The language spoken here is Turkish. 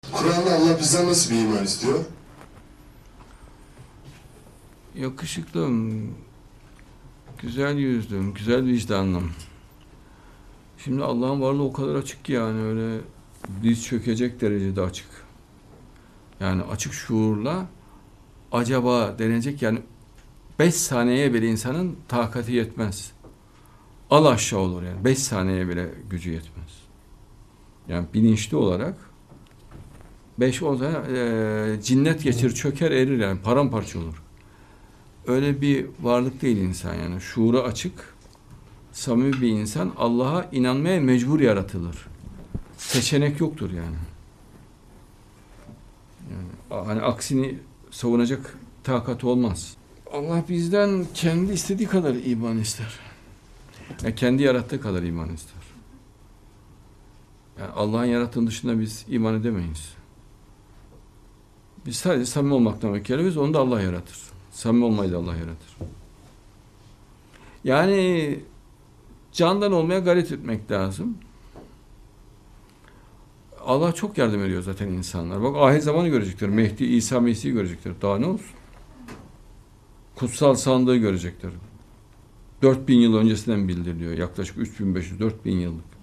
Kur'an'da Allah bizden nasıl bir iman istiyor? Yakışıklım, güzel yüzlüm, güzel vicdanlım. Şimdi Allah'ın varlığı o kadar açık ki yani öyle diz çökecek derecede açık. Yani açık şuurla acaba denecek yani 5 saniyeye bile insanın takati yetmez. Al aşağı olur yani 5 saniyeye bile gücü yetmez. Yani bilinçli olarak 5-10 saniye cinnet geçir çöker erir yani paramparça olur. Öyle bir varlık değil insan yani. Şuuru açık, samimi bir insan Allah'a inanmaya mecbur yaratılır. Seçenek yoktur yani. Hani aksini savunacak takat olmaz. Allah bizden kendi istediği kadar iman ister. Yani kendi yarattığı kadar iman ister. Yani Allah'ın yarattığının dışında biz iman edemeyiz. Biz sadece samimi olmaktan mükellef'iz, onu da Allah yaratır. Samimi olmayı da Allah yaratır. Yani candan olmaya gayret etmek lazım. Allah çok yardım ediyor zaten insanlar. Bak ahir zamanı görecekler. Mehdi, İsa, Mesih'i görecekler. Daha ne olsun? Kutsal sandığı görecekler. 4000 yıl öncesinden bildiriliyor. Yaklaşık 3500-4000 yıllık.